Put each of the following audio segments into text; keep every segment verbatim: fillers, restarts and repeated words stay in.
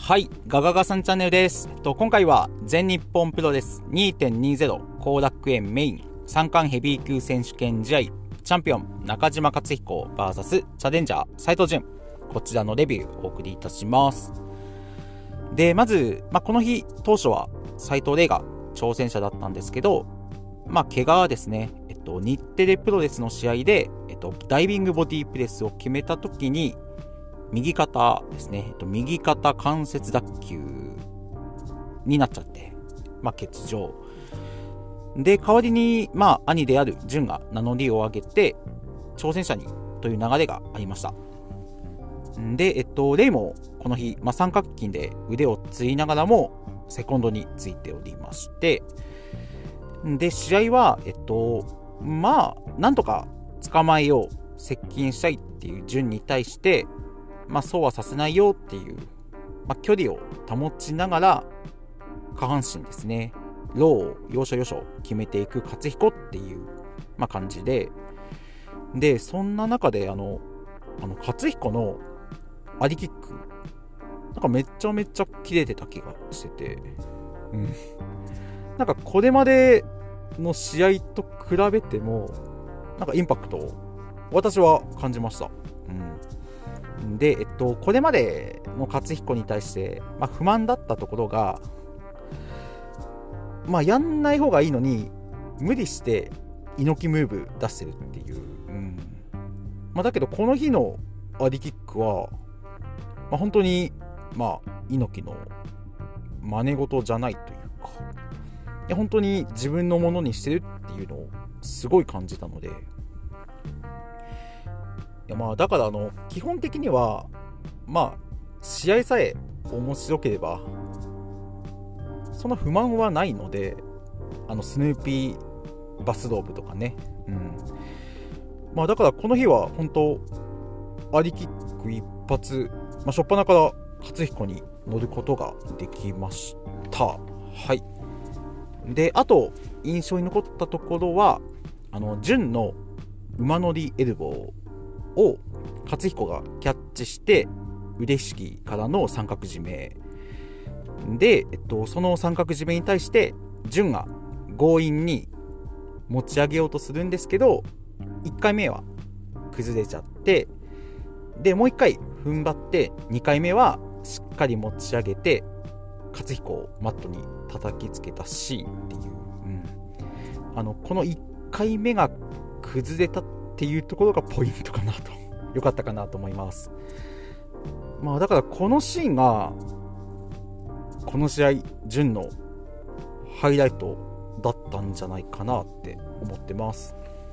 はい、ガガガさんチャンネルです。と今回は全日本プロレス にてんにじゅう 後楽園メイン三冠ヘビー級選手権試合、チャンピオン中島克彦 ブイエス チャレンジャー斉藤潤、こちらのレビューをお送りいたします。でまず、まあ、この日当初は斉藤麗が挑戦者だったんですけど、まあ、怪我ですね、えっと、日テレプロレスの試合で、えっと、ダイビングボディプレスを決めた時に右肩ですね、えっと、右肩関節脱臼になっちゃって、まあ、欠場で、代わりに、まあ、兄である潤が名乗りを上げて挑戦者にという流れがありました。で、えっと、レイもこの日、まあ、三角筋で腕をついながらもセコンドについておりまして、で試合は、えっと、まあなんとか捕まえよう、接近したいっていう潤に対して、まあ、そうはさせないよっていう、まあ、距離を保ちながら下半身ですね、ローを要所要所決めていく勝彦っていう、まあ、感じで、でそんな中であのあの勝彦のアリキックなんかめちゃめちゃ切れてた気がしてて、うん、なんかこれまでの試合と比べてもなんかインパクトを私は感じました。うん、で、えっと、これまでの勝彦に対して、まあ、不満だったところが、まあ、やんない方がいいのに無理して猪木ムーブ出してるっていう、うんまあ、だけどこの日のアリキックは、まあ、本当に、まあ、猪木の真似事じゃないというか、いや本当に自分のものにしてるっていうのをすごい感じたので、いやまあだからあの基本的にはまあ試合さえ面白ければその不満はないので、あのスヌーピーバスローブとかね、うんまあだからこの日は本当アリキック一発、まあ、初っ端から勝彦に乗ることができました。はい。であと印象に残ったところはあの潤の馬乗りエルボーを勝彦がキャッチして腕ひしぎからの三角締めで、えっと、その三角締めに対して潤が強引に持ち上げようとするんですけど、いっかいめは崩れちゃって、でもういっかい踏ん張ってにかいめはしっかり持ち上げて勝彦をマットに叩きつけたシーンっていう、うん、あのこのいっかいめが崩れたっていうところがポイントかなと良かったかなと思います。まあだからこのシーンがこの試合潤のハイライトだったんじゃないかなって思ってます。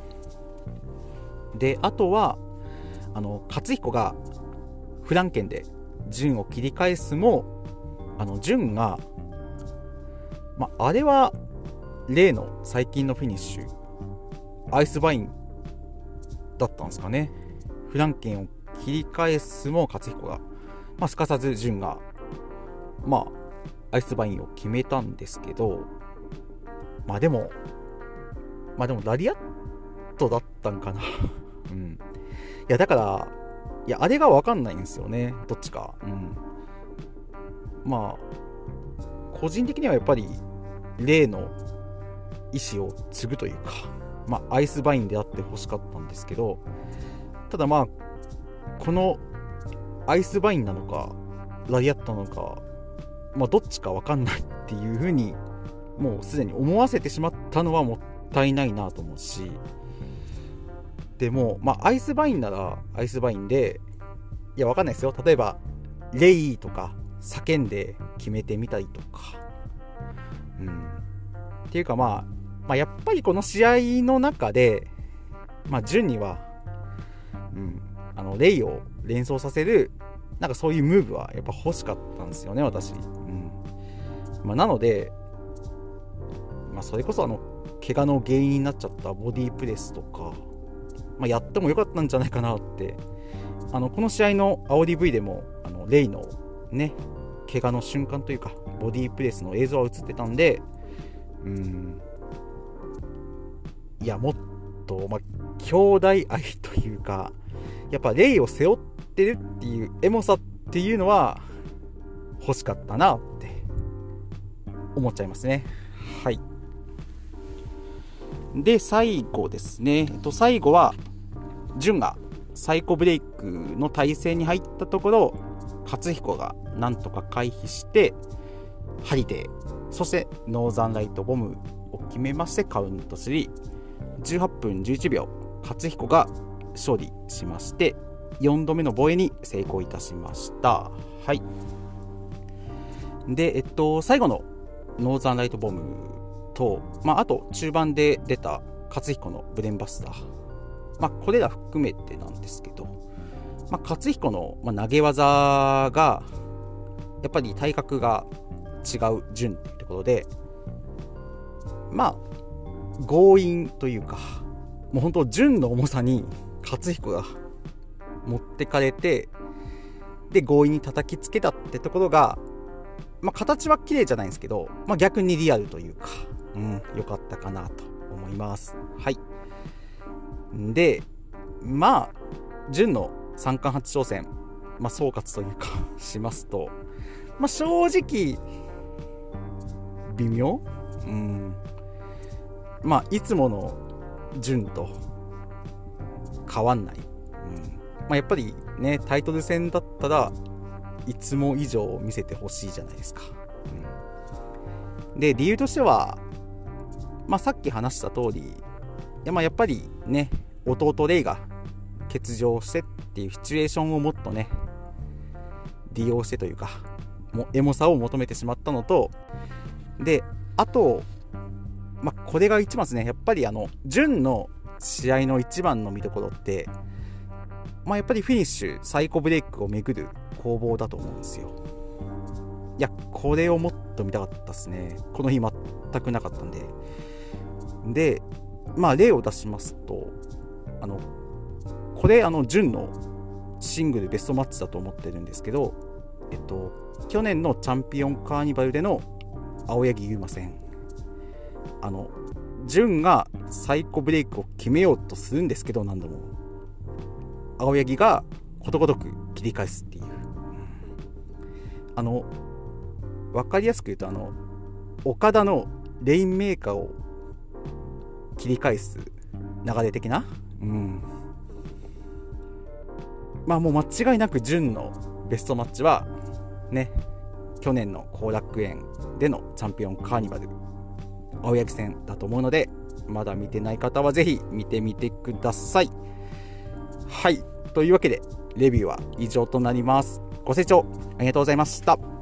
であとはあの勝彦がフランケンで潤を切り返すも、あの潤が、まあ、あれは例の最近のフィニッシュアイスバインだったんですかね。フランケンを切り返すも勝彦が、まあ、すかさず潤がまあアイスバインを決めたんですけど、まあでもまあでもラリアットだったんかなうん、いやだからいやあれが分かんないんですよね、どっちか、うん、まあ個人的にはやっぱり例の意思を継ぐというか、まあアイスバインであってほしかったんですけど、ただまあこのアイスバインなのかラリアットなのか、まあどっちか分かんないっていう風にもうすでに思わせてしまったのはもったいないなと思うし、でもまあアイスバインならアイスバインで、いや分かんないですよ、例えばレイとか叫んで決めてみたりとか、うんっていうか、まあ、まあやっぱりこの試合の中でまあ潤には、うん、あのレイを連想させるなんかそういうムーブはやっぱ欲しかったんですよね、私、うんまあ、なので、まあ、それこそあの怪我の原因になっちゃったボディープレスとか、まあ、やってもよかったんじゃないかなって、あのこの試合の煽り ブイ でもあのレイのね怪我の瞬間というかボディープレスの映像は映ってたんで、うーんいやもっと、まあ、兄弟愛というかやっぱレイを背負ってるっていうエモさっていうのは欲しかったなって思っちゃいますね。はい。で、最後ですね。えっと、最後は、潤がサイコブレイクの体勢に入ったところ、勝彦がなんとか回避して、ハリデー、そしてノーザンライトボムを決めましてカウントスリー、じゅうはっぷんじゅういちびょう、勝彦が勝利しまして、よんどめの防衛に成功いたしました。はい。で、えっと、最後のノーザンライトボムと、まあ、あと中盤で出た勝彦のブレンバスター、まあ、これら含めてなんですけど、まあ、勝彦の投げ技がやっぱり体格が違う潤っていうところで、まあ強引というか、もう本当潤の重さに勝彦が持ってかれて、で強引に叩きつけたってところが、まあ、形は綺麗じゃないんですけど、まあ、逆にリアルというか、うん、良かったかなと思います。はい。で、まあ潤の三冠初挑戦、まあ、総括というかしますと、まあ、正直微妙、うん、まあいつもの潤と変わんない、うん、まあ、やっぱりね、タイトル戦だったらいつも以上見せてほしいじゃないですか、うん、で理由としては、まあ、さっき話した通り、いや、まあやっぱりね、弟レイが欠場してっていうシチュエーションをもっとね利用してというか、もエモさを求めてしまったのと、であと、まあ、これが一番ですね。やっぱりあの潤の試合の一番の見どころって、まあ、やっぱりフィニッシュサイコブレイクをめぐる攻防だと思うんですよ。いや、これをもっと見たかったですね。この日全くなかったんで。で、まあ例を出しますと、あのこれあの潤のシングルベストマッチだと思ってるんですけど、えっと去年のチャンピオンカーニバルでの青柳優馬戦、あの潤がサイコブレイクを決めようとするんですけど、何度も青柳がことごとく切り返すっていう、あの分かりやすく言うと、あの岡田のレインメーカーを切り返す流れ的な、うん、まあもう間違いなく潤のベストマッチはね、去年の後楽園でのチャンピオンカーニバル青柳戦だと思うので、まだ見てない方はぜひ見てみてください。はい、というわけでレビューは以上となります。ご清聴ありがとうございました。